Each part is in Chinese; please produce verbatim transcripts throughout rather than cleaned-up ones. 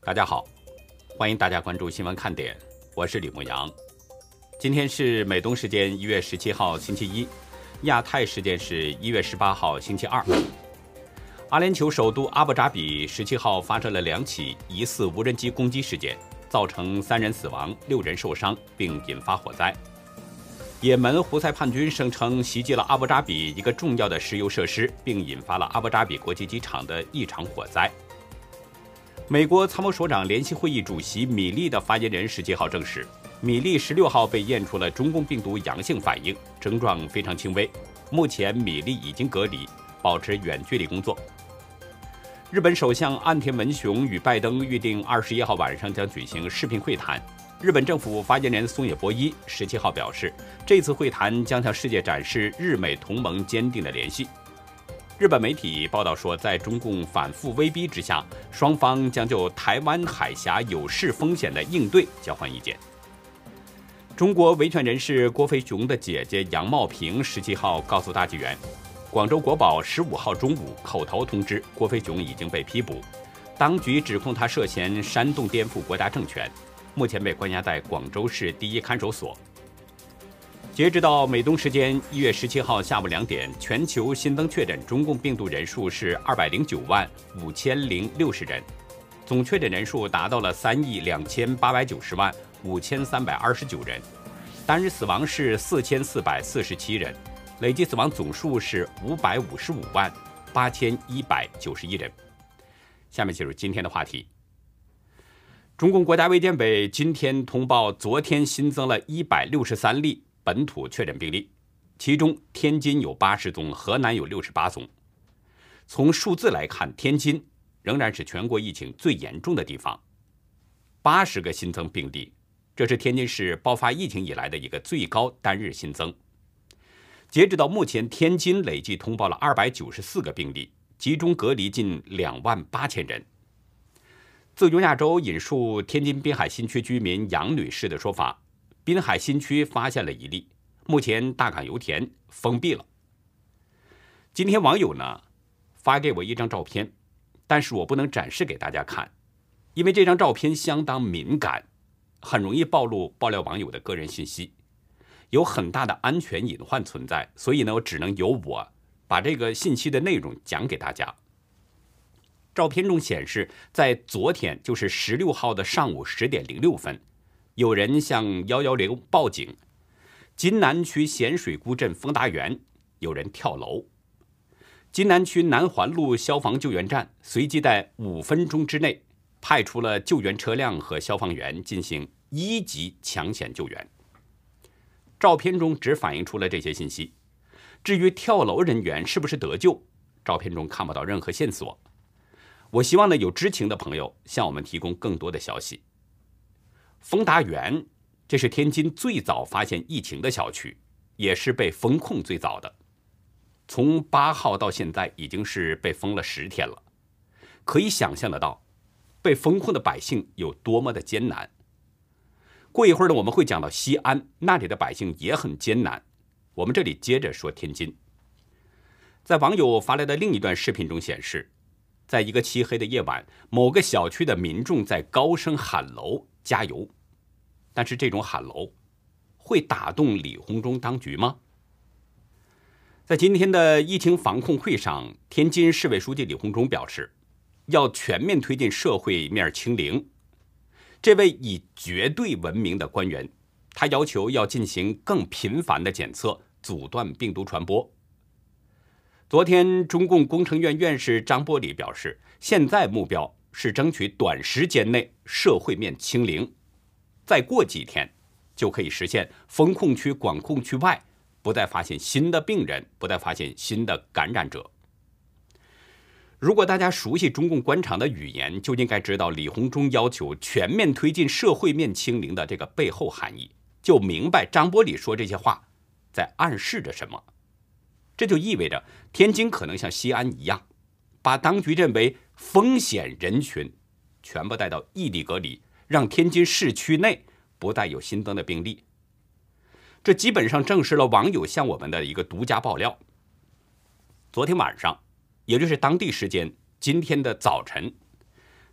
大家好，欢迎大家关注新闻看点，我是李牧阳。今天是美东时间一月十七号星期一，亚太时间是一月十八号星期二。阿联酋首都阿布扎比十七号发生了两起疑似无人机攻击事件，造成三人死亡、六人受伤，并引发火灾。也门胡塞叛军声称袭击了阿布扎比一个重要的石油设施，并引发了阿布扎比国际机场的一场火灾。美国参谋首长联席会议主席米利的发言人十七号证实，米利十六号被验出了中共病毒阳性反应，症状非常轻微。目前米利已经隔离，保持远距离工作。日本首相岸田文雄与拜登预定二十一号晚上将举行视频会谈。日本政府发言人松野博一十七号表示，这次会谈将向世界展示日美同盟坚定的联系。日本媒体报道说，在中共反复威逼之下，双方将就台湾海峡有事风险的应对交换意见。中国维权人士郭飞雄的姐姐杨茂平十七号告诉大纪元，广州国保十五号中午口头通知郭飞雄已经被批捕，当局指控他涉嫌煽动颠覆国家政权，目前被关押在广州市第一看守所。截止到美东时间一月十七号下午两点，全球新增确诊中共病毒人数是二百零九万五千零六十人，总确诊人数达到了三亿两千八百九十万五千三百二十九人，单日死亡是四千四百四十七人，累计死亡总数是五百五十五万八千一百九十一人。下面进入今天的话题。中共国家卫健委今天通报，昨天新增了一百六十三例本土确诊病例，其中天津有八十宗，河南有六十八宗。从数字来看，天津仍然是全国疫情最严重的地方，八十个新增病例，这是天津市爆发疫情以来的一个最高单日新增。截止到目前，天津累计通报了二百九十四个病例，集中隔离近两万八千人。自由亚洲引述天津滨海新区居民杨女士的说法，滨海新区发现了一例，目前大港油田封闭了。今天网友呢发给我一张照片，但是我不能展示给大家看，因为这张照片相当敏感，很容易暴露爆料网友的个人信息，有很大的安全隐患存在，所以呢，我只能由我把这个信息的内容讲给大家。照片中显示，在昨天，就是十六号的上午十点零六分，有人向一一零报警，津南区咸水沽镇丰达园有人跳楼。津南区南环路消防救援站随即在五分钟之内派出了救援车辆和消防员进行一级抢险救援。照片中只反映出了这些信息，至于跳楼人员是不是得救，照片中看不到任何线索。我希望呢，有知情的朋友向我们提供更多的消息。丰达园，这是天津最早发现疫情的小区，也是被封控最早的。从八号到现在已经是被封了十天了，可以想象得到，被封控的百姓有多么的艰难。过一会儿呢，我们会讲到西安，那里的百姓也很艰难。我们这里接着说天津。在网友发来的另一段视频中显示，在一个漆黑的夜晚，某个小区的民众在高声喊楼加油，但是这种喊楼会打动李鸿忠当局吗？在今天的疫情防控会上，天津市委书记李鸿忠表示，要全面推进社会面清零。这位以绝对闻名的官员，他要求要进行更频繁的检测，阻断病毒传播。昨天，中共工程院院士张伯礼表示，现在目标是争取短时间内社会面清零，再过几天就可以实现封控区、管控区外不再发现新的病人，不再发现新的感染者。如果大家熟悉中共官场的语言，就应该知道李鸿忠要求全面推进社会面清零的这个背后含义，就明白张伯礼说这些话在暗示着什么。这就意味着天津可能像西安一样，把当局认为风险人群全部带到异地隔离，让天津市区内不再有新增的病例。这基本上证实了网友向我们的一个独家爆料。昨天晚上，也就是当地时间今天的早晨，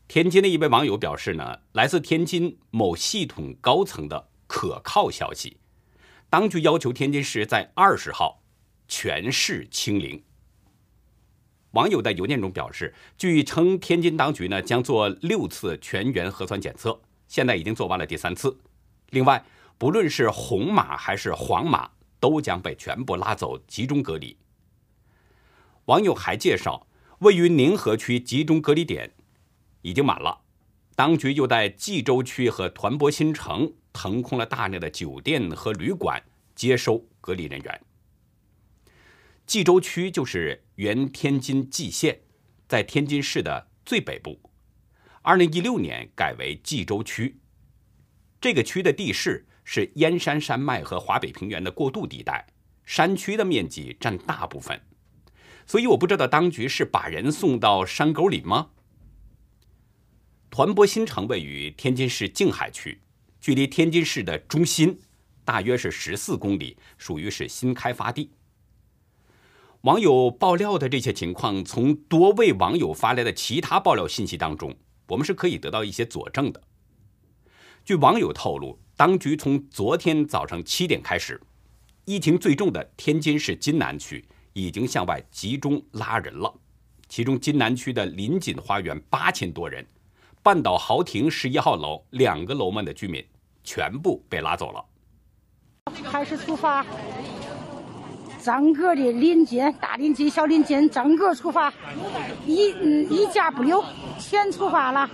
天津的一位网友表示呢，来自天津某系统高层的可靠消息，当局要求天津市在二十号全市清零。网友在邮件中表示，据称天津当局呢将做六次全员核酸检测，现在已经做完了第三次。另外，不论是红码还是黄码，都将被全部拉走集中隔离。网友还介绍，位于宁河区集中隔离点已经满了，当局又在冀州区和团泊新城腾空了大量的酒店和旅馆，接收隔离人员。冀州区就是原天津蓟县，在天津市的最北部，二零一六年改为冀州区。这个区的地势是燕山山脉和华北平原的过渡地带，山区的面积占大部分，所以我不知道当局是把人送到山沟里吗？团泊新城位于天津市静海区，距离天津市的中心大约是十四公里，属于是新开发地。网友爆料的这些情况，从多位网友发来的其他爆料信息当中，我们是可以得到一些佐证的。据网友透露，当局从昨天早上七点开始，疫情最重的天津市津南区已经向外集中拉人了，其中津南区的林锦花园八千多人，半岛豪庭十一号楼两个楼门的居民全部被拉走了。 开始出发，整个的林锦、大林锦、小林锦整个出发，一嗯一家不留，全出发了，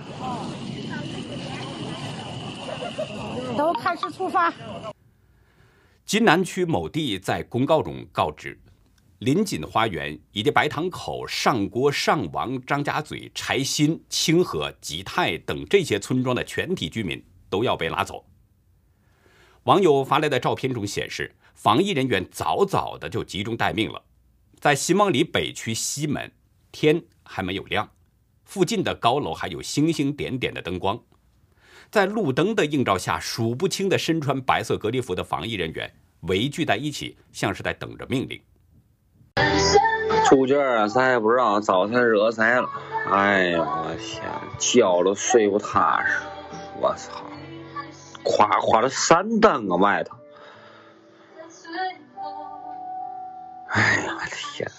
都开始出发。 津南区某地在公告中告知，林锦花园以及白塘口、上郭、上王、张家嘴、柴新、清河、吉泰等这些村庄的全体居民都要被拉走。网友发来的照片中显示，防疫人员早早的就集中待命了。在西蒙里北区西门，天还没有亮，附近的高楼还有星星点点的灯光。在路灯的映照下，数不清的身穿白色隔离服的防疫人员围聚在一起，像是在等着命令。 出卷啊，咱也不知道，早晨惹谁了。哎呀，我天，觉都睡不踏实。我操，夸夸了三灯啊外头。哎呀，我的天！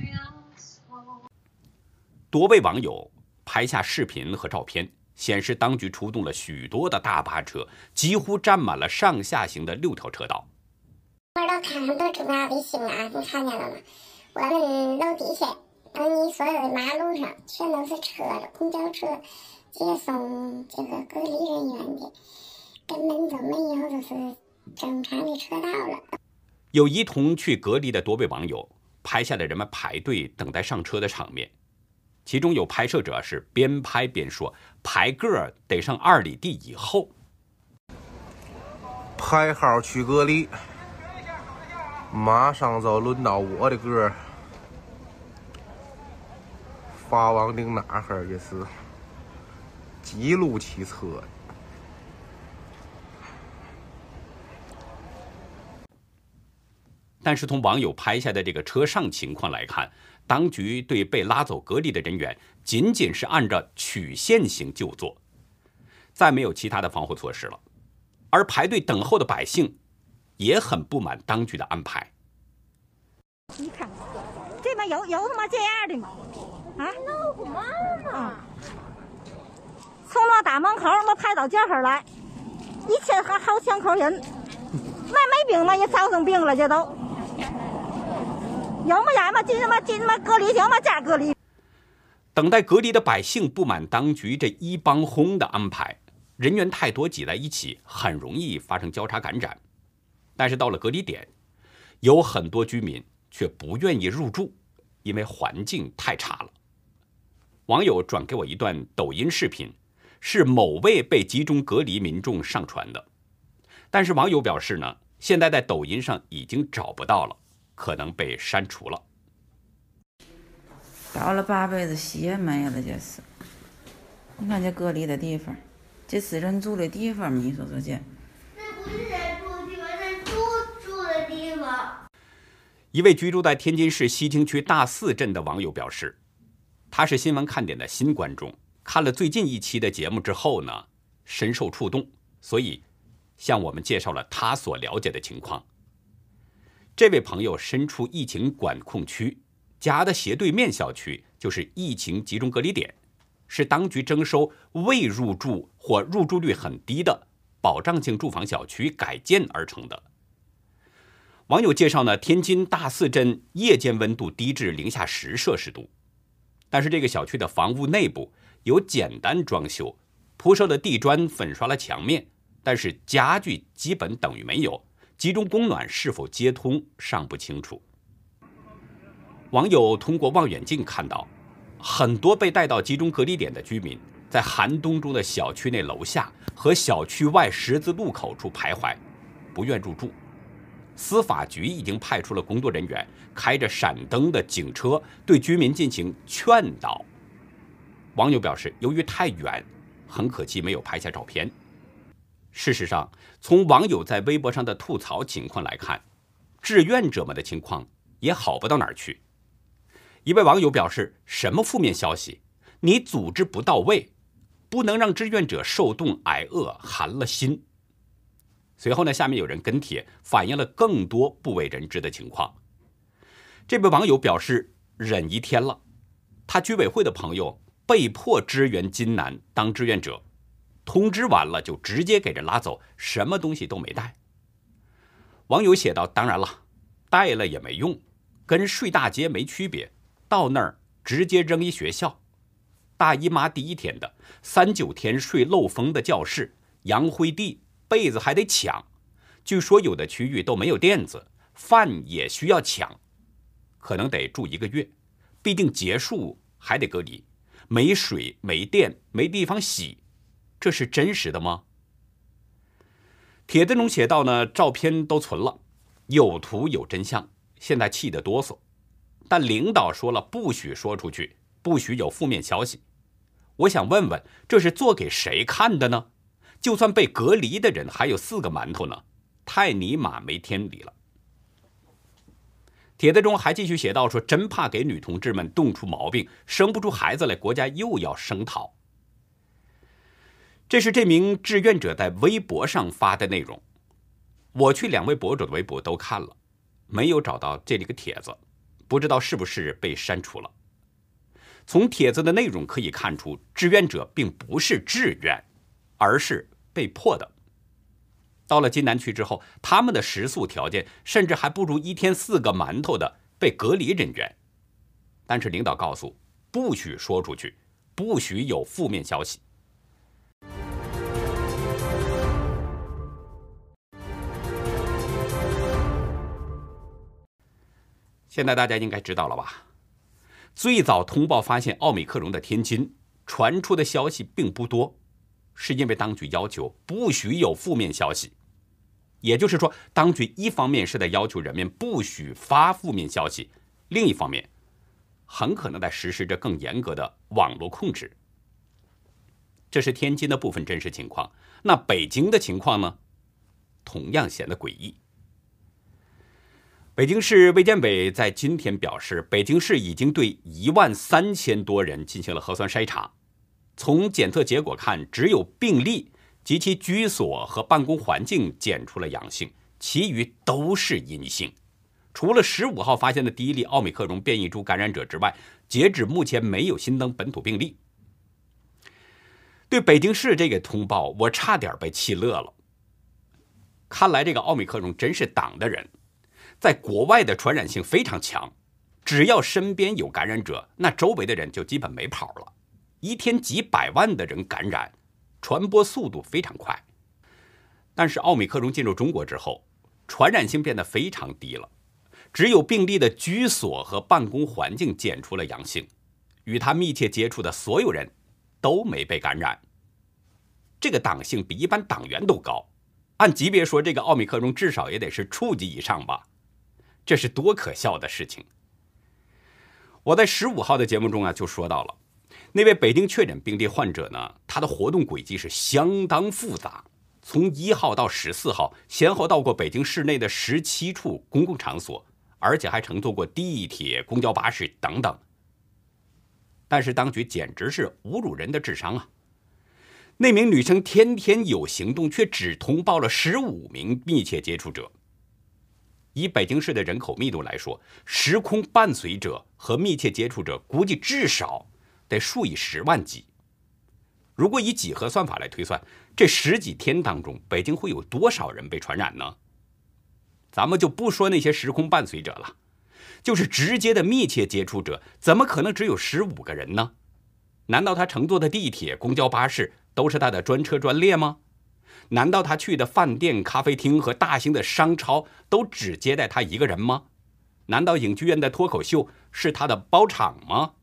多位网友拍下视频和照片，显示当局出动了许多的大巴车，几乎占满了上下行的六条车道。 我都看很多重要的新闻，你看见了吗？我们楼底下，等你所有的马路上全都是车了，公交车接送这个隔离人员的，根本就没有就是正常的车道了。 有一同去隔离的多位网友拍下了人们排队等待上车的场面，其中有拍摄者是边拍边说：“排个得上二里地以后。” 排号去隔离，马上就轮到我的歌。发往顶哪哈也是几路骑车。 但是从网友拍下的这个车上情况来看，当局对被拉走隔离的人员仅仅是按照曲线型就坐，再没有其他的防护措施了。而排队等候的百姓也很不满当局的安排。 你看，这边有有他妈这样的吗？啊？ 老虎妈妈， 从那大门口我排到这儿来，一千还好千口人，那没病嘛也早生病了，这都。有么样嘛？进什么进什么隔离，行嘛加隔离。 等待隔离的百姓不满当局这一帮轰的安排，人员太多挤在一起，很容易发生交叉感染。但是到了隔离点，有很多居民却不愿意入住，因为环境太差了。网友转给我一段抖音视频，是某位被集中隔离民众上传的。但是网友表示呢，现在在抖音上已经找不到了，可能被删除了。 倒了八辈子血没了，这是。你看这隔离的地方，这是人住的地方吗？你说说这。 那不是人住的地方，人住住的地方。 一位居住在天津市西青区大寺镇的网友表示，他是新闻看点的新观众， 看了最近一期的节目之后呢，深受触动，所以向我们介绍了他所了解的情况。这位朋友身处疫情管控区，家的斜对面小区就是疫情集中隔离点，是当局征收未入住或入住率很低的保障性住房小区改建而成的。网友介绍呢，天津大寺镇夜间温度低至零下十摄氏度，但是这个小区的房屋内部有简单装修，铺设了地砖，粉刷了墙面，但是家具基本等于没有，集中供暖是否接通尚不清楚。网友通过望远镜看到，很多被带到集中隔离点的居民在寒冬中的小区内楼下和小区外十字路口处徘徊，不愿入住。司法局已经派出了工作人员，开着闪灯的警车对居民进行劝导。网友表示，由于太远，很可惜没有拍下照片。事实上，从网友在微博上的吐槽情况来看，志愿者们的情况也好不到哪儿去。一位网友表示，什么负面消息？你组织不到位，不能让志愿者受冻挨饿，寒了心。随后呢，下面有人跟帖反映了更多不为人知的情况。这位网友表示，忍一天了，他居委会的朋友被迫支援津南当志愿者，通知完了就直接给人拉走，什么东西都没带。网友写道，当然了，带了也没用，跟睡大街没区别，到那儿直接扔一学校。大姨妈第一天的，三九天睡漏风的教室，扬灰地，被子还得抢，据说有的区域都没有垫子，饭也需要抢，可能得住一个月，必定结束还得隔离，没水没电没地方洗，这是真实的吗？帖子中写道呢，照片都存了，有图有真相，现在气得哆嗦，但领导说了不许说出去，不许有负面消息。我想问问，这是做给谁看的呢？就算被隔离的人还有四个馒头呢，太尼玛没天理了。帖子中还继续写道说，真怕给女同志们冻出毛病，生不出孩子来，国家又要声讨。这是这名志愿者在微博上发的内容，我去两位博主的微博都看了，没有找到这里个帖子，不知道是不是被删除了。从帖子的内容可以看出，志愿者并不是志愿，而是被迫的。到了津南区之后，他们的食宿条件甚至还不如一天四个馒头的被隔离人员。但是领导告诉，不许说出去，不许有负面消息。现在大家应该知道了吧？最早通报发现奥密克戎的天津，传出的消息并不多，是因为当局要求不许有负面消息。也就是说，当局一方面是在要求人们不许发负面消息，另一方面很可能在实施着更严格的网络控制。这是天津的部分真实情况，那北京的情况呢？同样显得诡异。北京市卫健委在今天表示，北京市已经对一万三千多人进行了核酸筛查，从检测结果看，只有病例及其居所和办公环境检出了阳性，其余都是阴性。除了十五号发现的第一例奥密克戎变异株感染者之外，截止目前没有新增本土病例。对北京市这个通报，我差点被气乐了。看来这个奥密克戎真是党的人，在国外的传染性非常强，只要身边有感染者，那周围的人就基本没跑了。一天几百万的人感染，传播速度非常快。但是奥密克戎进入中国之后，传染性变得非常低了，只有病例的居所和办公环境检出了阳性，与他密切接触的所有人都没被感染。这个党性比一般党员都高，按级别说，这个奥密克戎至少也得是处级以上吧，这是多可笑的事情。我在十五号的节目中啊就说到了，那位北京确诊病例患者呢，他的活动轨迹是相当复杂，从一号到十四号先后到过北京市内的十七处公共场所，而且还乘坐过地铁、公交巴士等等。 但是当局简直是侮辱人的智商啊！那名女生天天有行动，却只通报了十五名密切接触者。以北京市的人口密度来说，时空伴随者和密切接触者估计至少得数以十万计。如果以几何算法来推算，这十几天当中，北京会有多少人被传染呢？咱们就不说那些时空伴随者了，就是直接的密切接触者，怎么可能只有十五个人呢？难道他乘坐的地铁、公交巴士都是他的专车专列吗？难道他去的饭店、咖啡厅和大型的商超都只接待他一个人吗？难道影剧院的脱口秀是他的包场吗？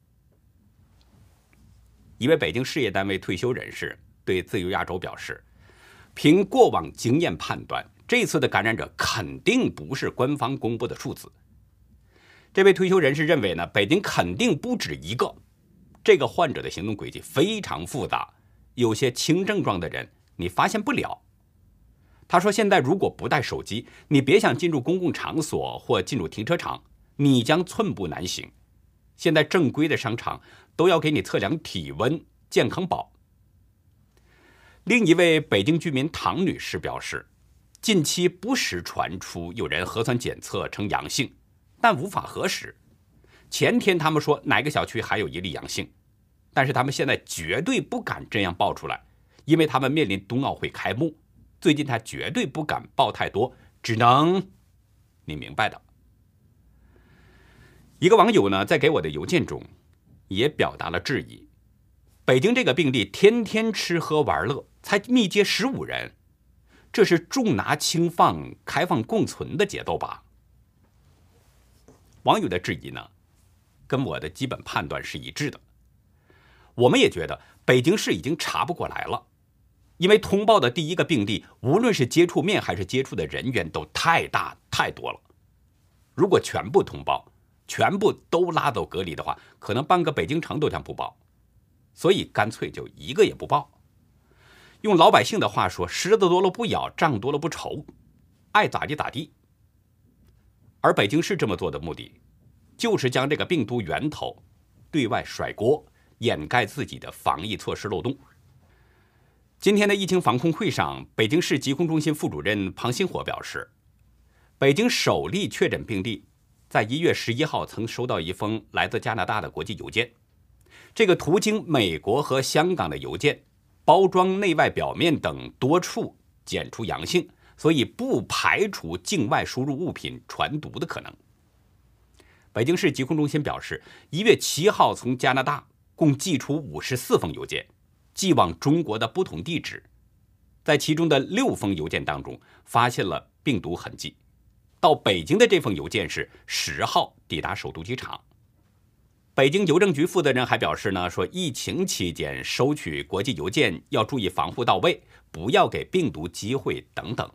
一位北京事业单位退休人士对自由亚洲表示，凭过往经验判断，这次的感染者肯定不是官方公布的数字。这位退休人士认为呢，北京肯定不止一个，这个患者的行动轨迹非常复杂，有些轻症状的人你发现不了。他说现在如果不带手机，你别想进入公共场所或进入停车场，你将寸步难行。现在正规的商场都要给你测量体温、健康宝。另一位北京居民唐女士表示，近期不时传出有人核酸检测呈阳性，但无法核实。前天他们说哪个小区还有一例阳性，但是他们现在绝对不敢这样爆出来，因为他们面临冬奥会开幕，最近他绝对不敢报太多，只能你明白的。一个网友呢，在给我的邮件中也表达了质疑，北京这个病例天天吃喝玩乐，才密接十五人，这是重拿轻放、开放共存的节奏吧？网友的质疑呢，跟我的基本判断是一致的。我们也觉得北京市已经查不过来了，因为通报的第一个病例，无论是接触面还是接触的人员都太大太多了。如果全部通报，全部都拉走隔离的话，可能半个北京城都将不报，所以干脆就一个也不报。用老百姓的话说，虱子多了不咬，账多了不愁，爱咋地咋地。而北京市这么做的目的，就是将这个病毒源头对外甩锅，掩盖自己的防疫措施漏洞。今天的疫情防控会上，北京市疾控中心副主任庞星火表示，北京首例确诊病例在一月十一号曾收到一封来自加拿大的国际邮件，这个途经美国和香港的邮件，包装内外表面等多处检出阳性，所以不排除境外输入物品传毒的可能。北京市疾控中心表示，一月七号从加拿大共寄出五十四封邮件，寄往中国的不同地址，在其中的六封邮件当中发现了病毒痕迹。到北京的这封邮件是十号抵达首都机场。北京邮政局负责人还表示呢，说疫情期间收取国际邮件要注意防护到位，不要给病毒机会等等。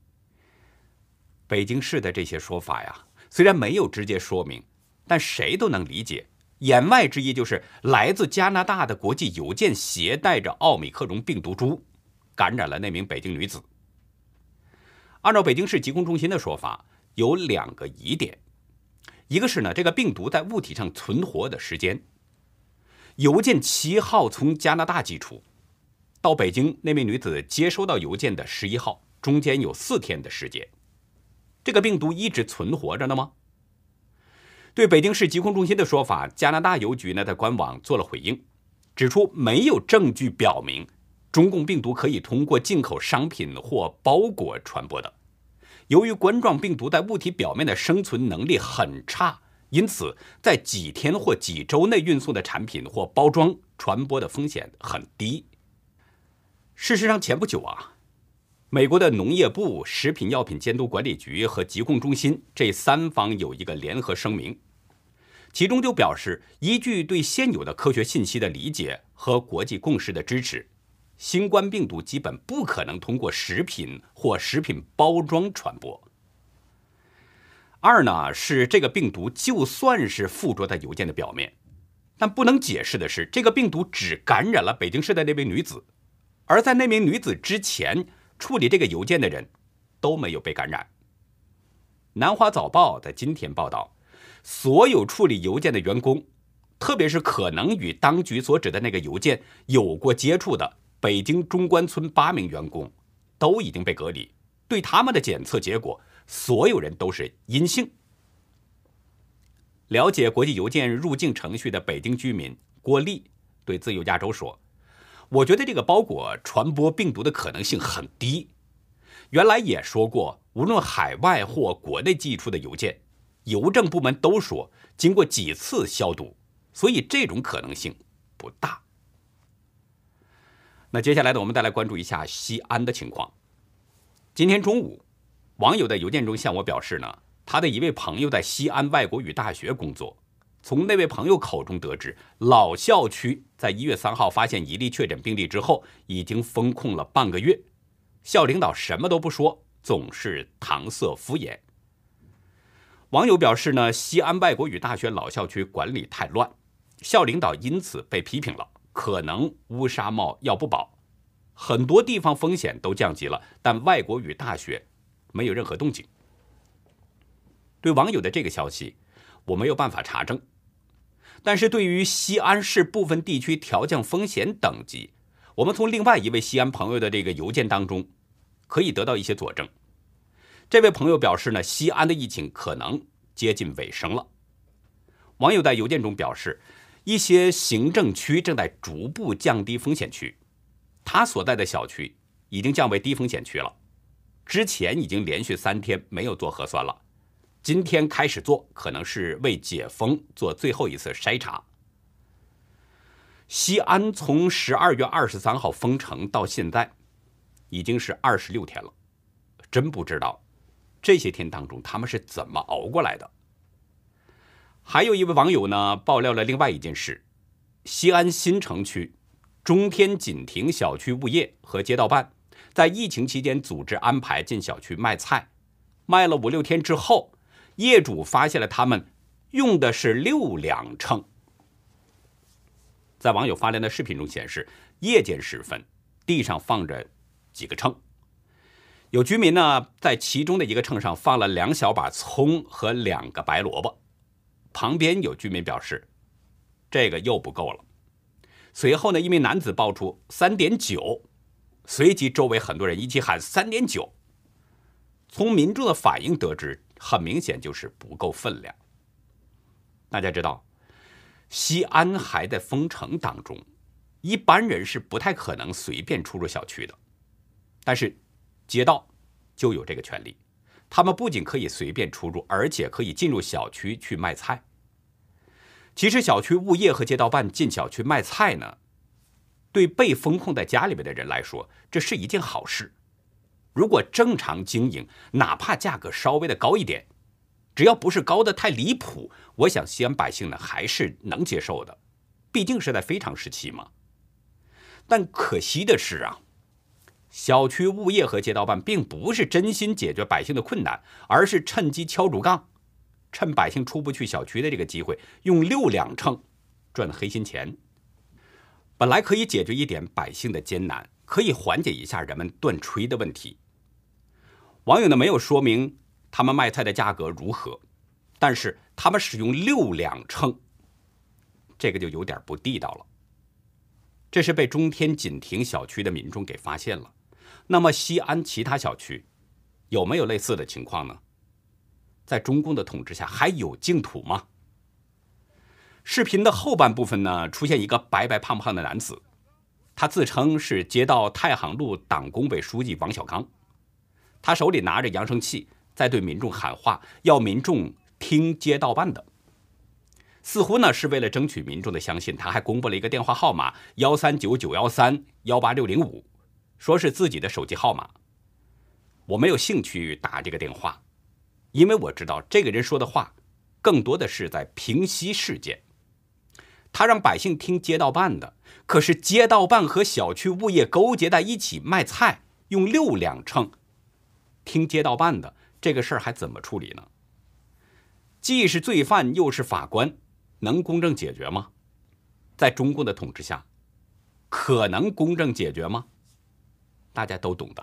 北京市的这些说法呀，虽然没有直接说明，但谁都能理解，言外之意就是来自加拿大的国际邮件携带着奥密克戎病毒株，感染了那名北京女子。按照北京市疾控中心的说法，有两个疑点，一个是呢，这个病毒在物体上存活的时间。邮件七号从加拿大寄出，到北京那名女子接收到邮件的十一号，中间有四天的时间，这个病毒一直存活着呢吗？对北京市疾控中心的说法，加拿大邮局呢在官网做了回应，指出没有证据表明中共病毒可以通过进口商品或包裹传播的。由于冠状病毒在物体表面的生存能力很差，因此在几天或几周内运送的产品或包装传播的风险很低。事实上，前不久啊，美国的农业部、食品药品监督管理局和疾控中心这三方有一个联合声明，其中就表示，依据对现有的科学信息的理解和国际共识的支持，新冠病毒基本不可能通过食品或食品包装传播。二呢，是这个病毒就算是附着在邮件的表面，但不能解释的是，这个病毒只感染了北京市的那名女子，而在那名女子之前处理这个邮件的人都没有被感染。南华早报在今天报道，所有处理邮件的员工特别是可能与当局所指的那个邮件有过接触的北京中关村八名员工都已经被隔离，对他们的检测结果，所有人都是阴性。了解国际邮件入境程序的北京居民郭丽对自由亚洲说，我觉得这个包裹传播病毒的可能性很低。原来也说过，无论海外或国内寄出的邮件，邮政部门都说经过几次消毒，所以这种可能性不大。那接下来呢，我们再来关注一下西安的情况。今天中午，网友在邮件中向我表示呢，他的一位朋友在西安外国语大学工作，从那位朋友口中得知，老校区在一月三号发现一例确诊病例之后，已经封控了半个月。校领导什么都不说，总是搪塞敷衍。网友表示呢，西安外国语大学老校区管理太乱，校领导因此被批评了，可能乌纱帽要不保。很多地方风险都降级了，但外国语大学没有任何动静。对网友的这个消息，我没有办法查证，但是对于西安市部分地区调降风险等级，我们从另外一位西安朋友的这个邮件当中可以得到一些佐证。这位朋友表示呢，西安的疫情可能接近尾声了。网友在邮件中表示，一些行政区正在逐步降低风险区，他所在的小区已经降为低风险区了，之前已经连续三天没有做核酸了，今天开始做，可能是为解封做最后一次筛查。西安从十二月二十三号封城到现在已经是二十六天了，真不知道这些天当中他们是怎么熬过来的。还有一位网友呢爆料了另外一件事，西安新城区中天锦亭小区物业和街道办在疫情期间组织安排进小区卖菜，卖了五六天之后，业主发现了他们用的是六两秤。在网友发来的视频中显示，夜间时分地上放着几个秤，有居民呢在其中的一个秤上放了两小把葱和两个白萝卜，旁边有居民表示这个又不够了。随后呢，一名男子报出 三点九， 随即周围很多人一起喊 三点九。 从民众的反应得知，很明显就是不够分量。大家知道西安还在封城当中，一般人是不太可能随便出入小区的，但是街道就有这个权利，他们不仅可以随便出入，而且可以进入小区去卖菜。其实小区物业和街道办进小区卖菜呢，对被封控在家里面的人来说，这是一件好事。如果正常经营，哪怕价格稍微的高一点，只要不是高的太离谱，我想西安百姓呢还是能接受的，毕竟是在非常时期嘛。但可惜的是啊，小区物业和街道办并不是真心解决百姓的困难，而是趁机敲竹杠，趁百姓出不去小区的这个机会，用六两秤赚黑心钱。本来可以解决一点百姓的艰难，可以缓解一下人们断炊的问题。网友呢没有说明他们卖菜的价格如何，但是他们使用六两秤，这个就有点不地道了。这是被中天锦亭小区的民众给发现了。那么西安其他小区有没有类似的情况呢？在中共的统治下还有净土吗？视频的后半部分呢，出现一个白白胖胖的男子，他自称是街道太行路党工委书记王小刚，他手里拿着扬声器在对民众喊话，要民众听街道办的。似乎呢是为了争取民众的相信，他还公布了一个电话号码一三九九一三一八六零五，说是自己的手机号码。我没有兴趣打这个电话，因为我知道这个人说的话更多的是在平息事件。他让百姓听街道办的，可是街道办和小区物业勾结在一起卖菜，用六两秤。听街道办的这个事儿还怎么处理呢？既是罪犯又是法官，能公正解决吗？在中共的统治下，可能公正解决吗？大家都懂的。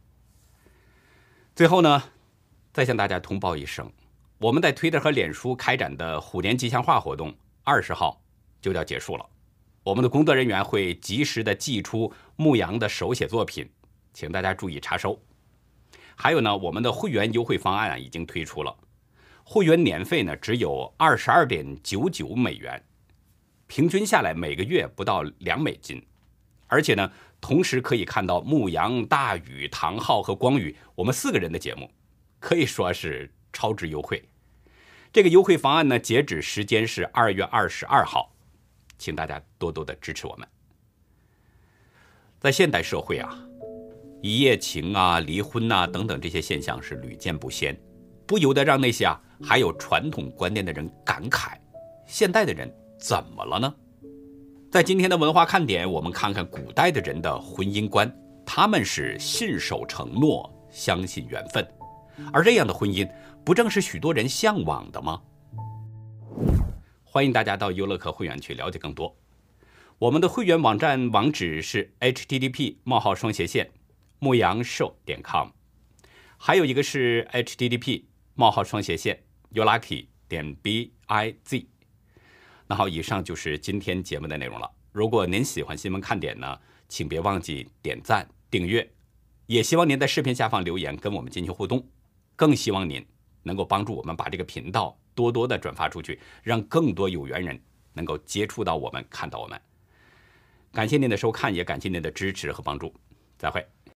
最后呢，再向大家通报一声，我们在 Twitter 和脸书开展的虎年吉祥话活动，二十号就要结束了。我们的工作人员会及时的寄出牧羊的手写作品，请大家注意查收。还有呢，我们的会员优惠方案啊已经推出了，会员年费呢只有二十二点九九美元，平均下来每个月不到两美金，而且呢，同时可以看到牧羊、大宇、唐昊和光宇我们四个人的节目，可以说是超值优惠。这个优惠方案呢，截止时间是二月二十二号，请大家多多的支持我们。在现代社会啊，一夜情啊、离婚啊等等这些现象是屡见不鲜，不由得让那些啊还有传统观念的人感慨：现代的人怎么了呢？在今天的文化看点，我们看看古代的人的婚姻观，他们是信守承诺、相信缘分，而这样的婚姻不正是许多人向往的吗？欢迎大家到优乐客会员去了解更多。我们的会员网站网址是 h t t p 冒号双斜线牧羊兽点 com， 还有一个是 h t t p 冒号双斜线 youlucky 点 b i z。那好，以上就是今天节目的内容了。如果您喜欢新闻看点呢，请别忘记点赞、订阅，也希望您在视频下方留言跟我们进行互动，更希望您能够帮助我们把这个频道多多的转发出去，让更多有缘人能够接触到我们、看到我们。感谢您的收看，也感谢您的支持和帮助，再会。